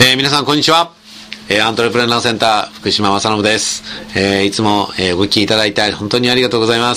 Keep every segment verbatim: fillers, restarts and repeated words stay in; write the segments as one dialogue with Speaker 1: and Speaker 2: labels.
Speaker 1: えー、皆さんこんにちは、えー、アントレプレナーセンター福島正信です。えー、いつも、えー、お聞きいただいて本当にありがとうございます。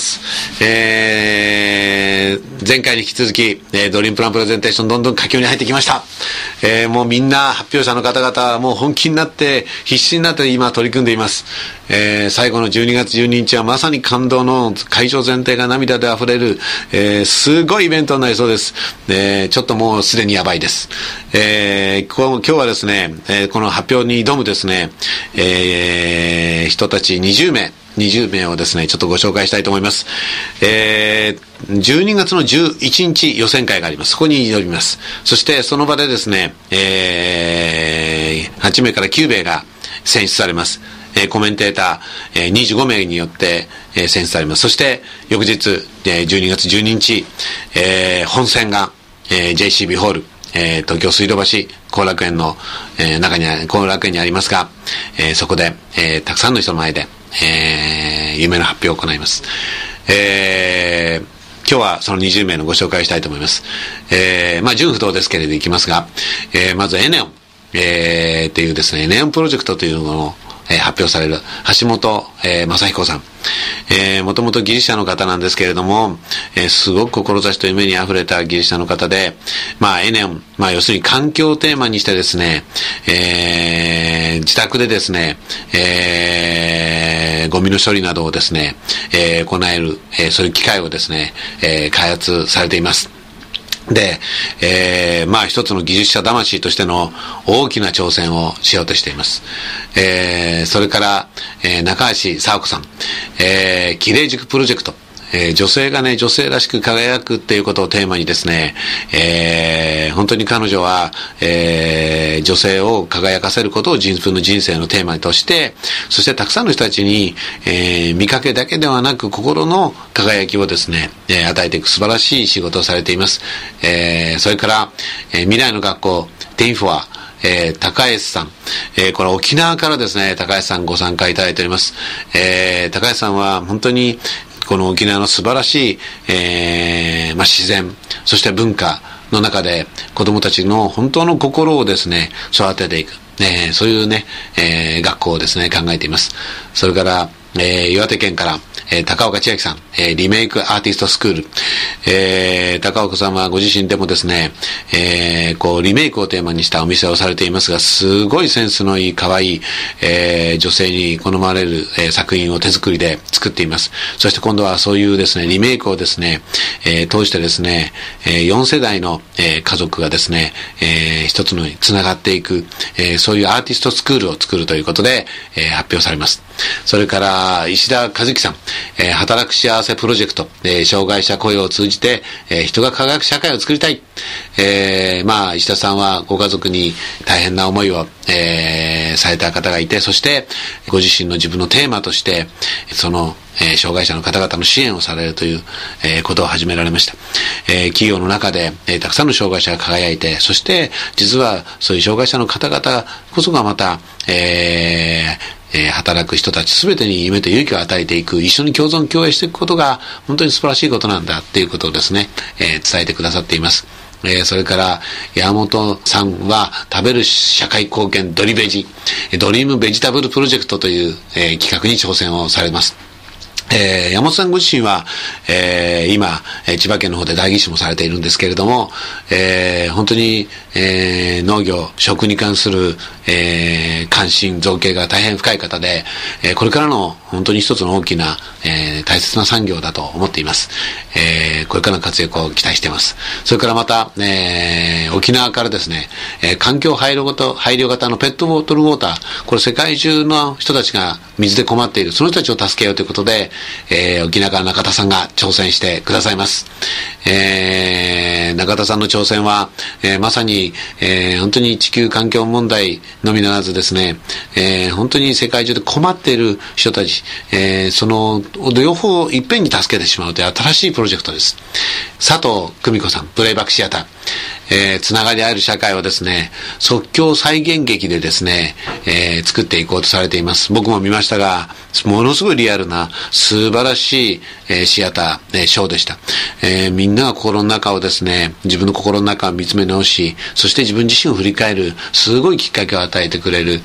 Speaker 1: えー、前回に引き続き、えー、ドリームプランプレゼンテーションどんどん佳境に入ってきました。えー、もうみんな発表者の方々はもう本気になって必死になって今取り組んでいます。えー、最後のじゅうにがつじゅうににちはまさに感動の会場全体が涙で溢れる、えー、すごいイベントになりそうです。えー、ちょっともうすでにやばいです。えー、今日はですね、えー、この発表に挑むですね、えー、人たちにじゅうめいにじゅうめいをですねちょっとご紹介したいと思います。えー、じゅうにがつのじゅういちにち予選会があります。そこに挑みます。そしてその場でですね、えー、はちめいからきゅうめいが選出されます。えー、コメンテーター、えー、にじゅうごめいによって、えー、選出されます。そして翌日、えー、じゅうにがつじゅうににち、えー、本戦が、えー、ジェイシービー ホール、えー、東京水道橋後楽園の、えー、中に後楽園にありますが、えー、そこで、えー、たくさんの人の前で、えー、夢の発表を行います。えー、今日はそのにじゅうめいのご紹介をしたいと思います。えー、まあ順不同ですけれどいきますが、えー、まずエネオン、えー、っていうですねエネオンプロジェクトというのをえー、発表される橋本、えー、正彦さん、えー、もともと技術者の方なんですけれども、えー、すごく志と夢にあふれた技術者の方で、まあエネオン、まあ要するに環境をテーマにしてですね、えー、自宅でですね、えー、ゴミの処理などをですね、えー、行える、えー、そういう機械をですね、えー、開発されています。で、えー、まあ一つの技術者魂としての大きな挑戦をしようとしています。えー、それから、えー、中橋佐和子さん、えー、綺麗塾プロジェクト、えー、女性がね、女性らしく輝くっていうことをテーマにですね、えー、本当に彼女は、えー、女性を輝かせることを自分の人生のテーマとして、そしてたくさんの人たちに、えー、見かけだけではなく心の輝きをですね、えー、与えていく素晴らしい仕事をされています。えー、それから、えー、未来の学校、テインフォア、えー、高江さん、えー、これ沖縄からですね、高江さんご参加いただいております。えー、高江さんは本当にこの沖縄の素晴らしい、えーまあ、自然、そして文化の中で子どもたちの本当の心をですね育てていく、えー、そういうね、えー、学校をですね考えています。それから、えー、岩手県から、えー、高岡千秋さん、えー、リメイクアーティストスクール、えー、高岡さんはご自身でもですね、えー、こうリメイクをテーマにしたお店をされていますが、すごいセンスのいい可愛い、えー、女性に好まれる、えー、作品を手作りで作っています。そして今度はそういうですねリメイクをですね、えー、通してですね、えー、よんせだいの、えー、家族がですね、えー、一つのにつながっていく、えー、そういうアーティストスクールを作るということで、えー、発表されます。それから石田和樹さん、えー、働く幸せプロジェクト、えー、障害者雇用を通じて、えー、人が輝く社会を作りたい。えー、まあ石田さんはご家族に大変な思いを、えー、された方がいて、そしてご自身の自分のテーマとしてそのえー、障害者の方々の支援をされるという、えー、ことを始められました。えー、企業の中で、えー、たくさんの障害者が輝いて、そして実はそういう障害者の方々こそがまた、えーえー、働く人たち全てに夢と勇気を与えていく、一緒に共存共栄していくことが本当に素晴らしいことなんだっていうことをですね、えー、伝えてくださっています。えー、それから山本さんは食べる社会貢献ドリベジドリームベジタブルプロジェクトという、えー、企画に挑戦をされます。えー、山本さんご自身は、えー、今、えー、千葉県の方で代議士もされているんですけれども、えー、本当に、えー、農業、食に関する、えー、関心、造形が大変深い方で、えー、これからの本当に一つの大きな、えー、大切な産業だと思っています。えー、これからの活躍を期待しています。それからまた、えー、沖縄からですね、えー、環境配慮型、配慮型のペットボトルウォーター、これ世界中の人たちが水で困っている、その人たちを助けようということで、えー、沖縄から中田さんが挑戦してくださいます。えー、中田さんの挑戦は、えー、まさに、えー、本当に地球環境問題のみならずですね、えー、本当に世界中で困っている人たち、えー、その両方いっぺんに助けてしまうという新しいプロジェクトです。佐藤久美子さん、プレイバックシアター、 えー、つながり合える社会をですね、即興再現劇でですね、えー、作っていこうとされています。僕も見ましたが、ものすごいリアルな素晴らしい、えー、シアター、えー、ショーでした、えー。みんなが心の中をですね、自分の心の中を見つめ直し、そして自分自身を振り返る、すごいきっかけを与えてくれる、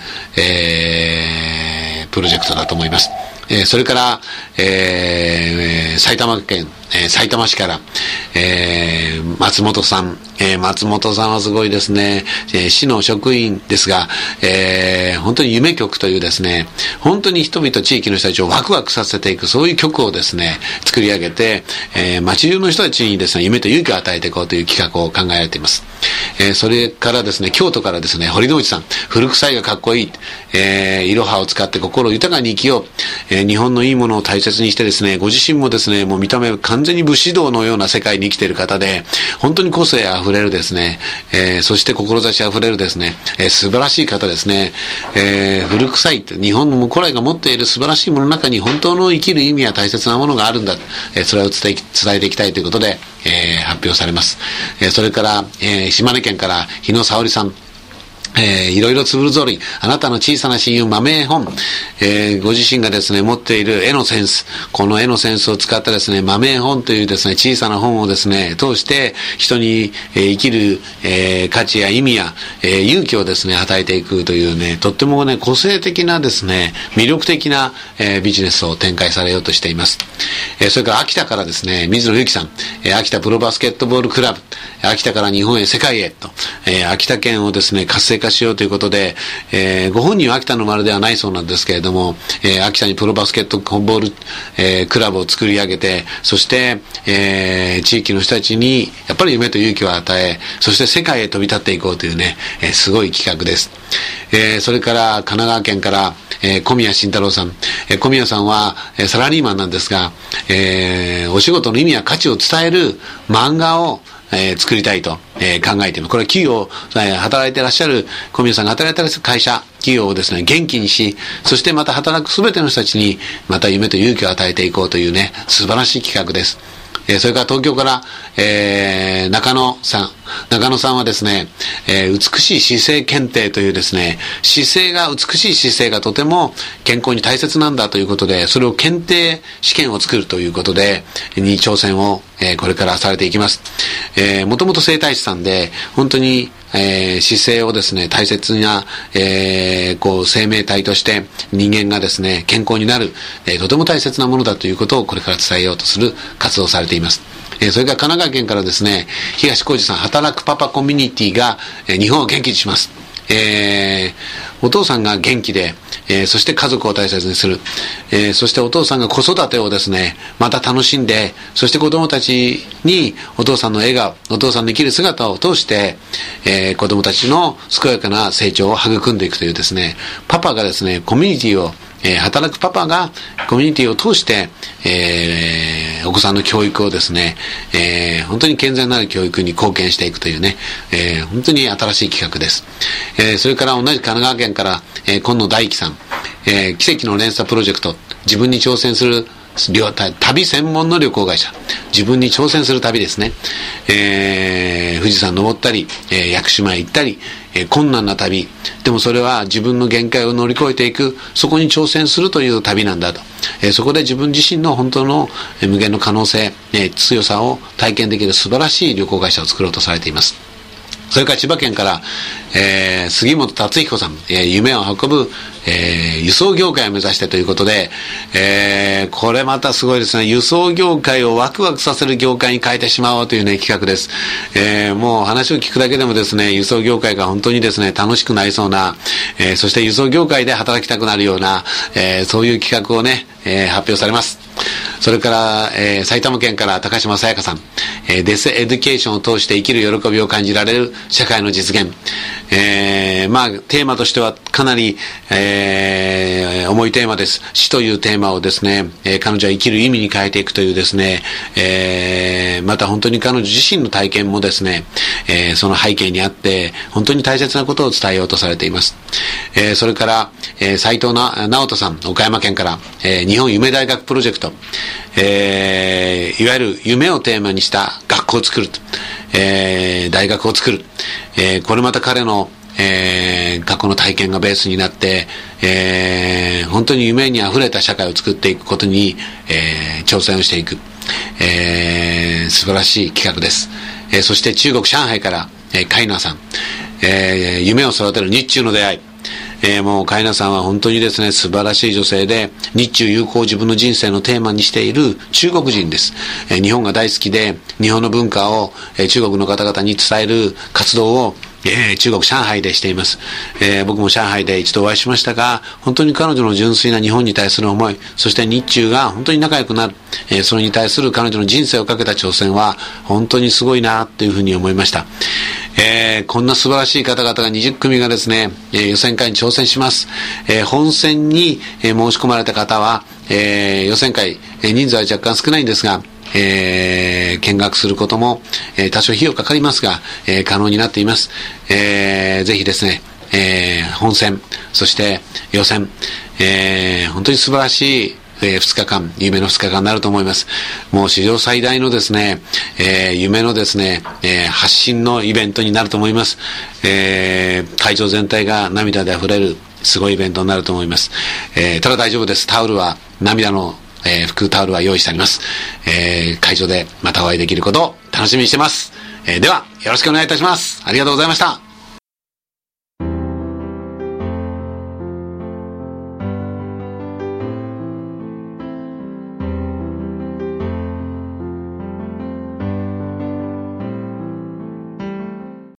Speaker 1: えー、プロジェクトだと思います。えー、それから、えー、埼玉県、えー、埼玉市から、えー、松本さん、えー、松本さんはすごいですね、えー、市の職員ですが、えー、本当に夢曲というですね、本当に人々、地域の人たちをワクワクさせていく、そういう曲をですね、作り上げて、えー、街中の人たちにですね、夢と勇気を与えていこうという企画を考えられています。えー、それからですね、京都からですね、堀之内さん、古臭いがかっこいい、えー、いろはを使って心豊かに生きよう、えー、日本のいいものを大切にしてですね、ご自身もですね、もう見た目完全に武士道のような世界に生きている方で、本当に個性あふれるですね、えー、そして志あふれるですね、えー、素晴らしい方ですね、えー、古臭いって、日本の古来が持っている素晴らしいものの中に本当の生きる意味や大切なものがあるんだ、えー、それを伝え、伝えていきたいということで、えー、発表されます。えー、それから、えー、島根県から日野沙織さん、えー、いろいろつぶるぞり、あなたの小さな親友豆絵本、えー、ご自身がですね持っている絵のセンス、この絵のセンスを使ったですね豆絵本というですね小さな本をですね通して人に、えー、生きる、えー、価値や意味や、えー、勇気をですね与えていくというね、とってもね個性的なですね魅力的な、えー、ビジネスを展開されようとしています。えー、それから秋田からですね水野由紀さん、えー、秋田プロバスケットボールクラブ、秋田から日本へ世界へと、えー、秋田県をですね活性化しようということで、えー、ご本人は秋田の生まれではないそうなんですけれども、えー、秋田にプロバスケットボール、えー、クラブを作り上げて、そして、えー、地域の人たちにやっぱり夢と勇気を与え、そして世界へ飛び立っていこうというね、えー、すごい企画です。えー、それから神奈川県から、えー、小宮慎太郎さん、えー、小宮さんは、えー、サラリーマンなんですが、えー、お仕事の意味や価値を伝える漫画をえー、作りたいと、えー、考えています。これは企業、えー、働いていらっしゃる小宮さんが働いていらっしゃる会社、企業をですね元気にし、そしてまた働くすべての人たちにまた夢と勇気を与えていこうというね素晴らしい企画です。えー、それから東京から、えー、中野さん。中野さんはですね、えー、美しい姿勢検定というですね、姿勢が、美しい姿勢がとても健康に大切なんだということで、それを検定試験を作るということで、に挑戦を、えー、これからされていきます。えー、もともと整体師さんで、本当に、えー、姿勢をですね、大切な、えー、こう、生命体として人間がですね、健康になる、えー、とても大切なものだということをこれから伝えようとする活動をされています。えー、それから神奈川県からですね、東浩二さん、働くパパコミュニティが、えー、日本を元気にします。えー、お父さんが元気で、えー、そして家族を大切にする、えー、そしてお父さんが子育てをですねまた楽しんで、そして子供たちにお父さんの笑顔、お父さんの生きる姿を通して、えー、子供たちの健やかな成長を育んでいくというですね、パパがですねコミュニティをえー、働くパパがコミュニティを通して、えー、お子さんの教育をですね、えー、本当に健全なる教育に貢献していくというね、えー、本当に新しい企画です。えー、それから同じ神奈川県から、えー、今野大樹さん、えー、奇跡の連鎖プロジェクト、自分に挑戦する旅専門の旅行会社、自分に挑戦する旅ですね、えー、富士山登ったり、えー、屋久島へ行ったり、えー、困難な旅でもそれは自分の限界を乗り越えていく、そこに挑戦するという旅なんだと、えー、そこで自分自身の本当の、えー、無限の可能性、えー、強さを体験できる素晴らしい旅行会社を作ろうとされています。それから千葉県から、えー、杉本達彦さん、えー、夢を運ぶ、えー、輸送業界を目指してということで、えー、これまたすごいですね。輸送業界をワクワクさせる業界に変えてしまおうというね、企画です。えー、もう話を聞くだけでもですね、輸送業界が本当にですね、楽しくなりそうな、えー、そして輸送業界で働きたくなるような、えー、そういう企画をね、えー、発表されます。それから、えー、埼玉県から高島さやかさん、えー、デスエデュケーションを通して生きる喜びを感じられる社会の実現、えー、まあテーマとしてはかなり、えー、重いテーマです。死というテーマをですね、えー、彼女は生きる意味に変えていくというですね、えー、また本当に彼女自身の体験もですね、えー、その背景にあって本当に大切なことを伝えようとされています。えー、それから、えー、斉藤な直人さん、岡山県から、えー、日本夢大学プロジェクト、えー、いわゆる夢をテーマにした学校を作ると、 えー、大学を作る、えー、これまた彼のえー、過去の体験がベースになって、えー、本当に夢にあふれた社会を作っていくことに、えー、挑戦をしていく、えー、素晴らしい企画です。えー、そして中国上海から、えー、カイナさん、えー、夢を育てる日中の出会い、えー、もうカイナさんは本当にですね、素晴らしい女性で、日中友好を自分の人生のテーマにしている中国人です。えー、日本が大好きで、日本の文化を、えー、中国の方々に伝える活動をえー、中国上海でしています、えー、僕も上海で一度お会いしましたが、本当に彼女の純粋な日本に対する思い、そして日中が本当に仲良くなる、えー、それに対する彼女の人生をかけた挑戦は本当にすごいなというふうに思いました。えー、こんな素晴らしい方々がにじゅっくみがですね、えー、予選会に挑戦します。えー、本戦に、えー、申し込まれた方は、えー、予選会、えー、人数は若干少ないんですが、えー、見学することも、えー、多少費用かかりますが、えー、可能になっています。えー、ぜひですね、えー、本戦、そして予選、えー、本当に素晴らしい、えー、ふつかかん、夢のふつかかんになると思います。もう史上最大のですね、えー、夢のですね、えー、発信のイベントになると思います。えー、会場全体が涙で溢れるすごいイベントになると思います。えー、ただ大丈夫です。タオルは涙のえー、服タオルは用意してあります。えー、会場でまたお会いできることを楽しみにしてます。えー、ではよろしくお願いいたします。ありがとうございました。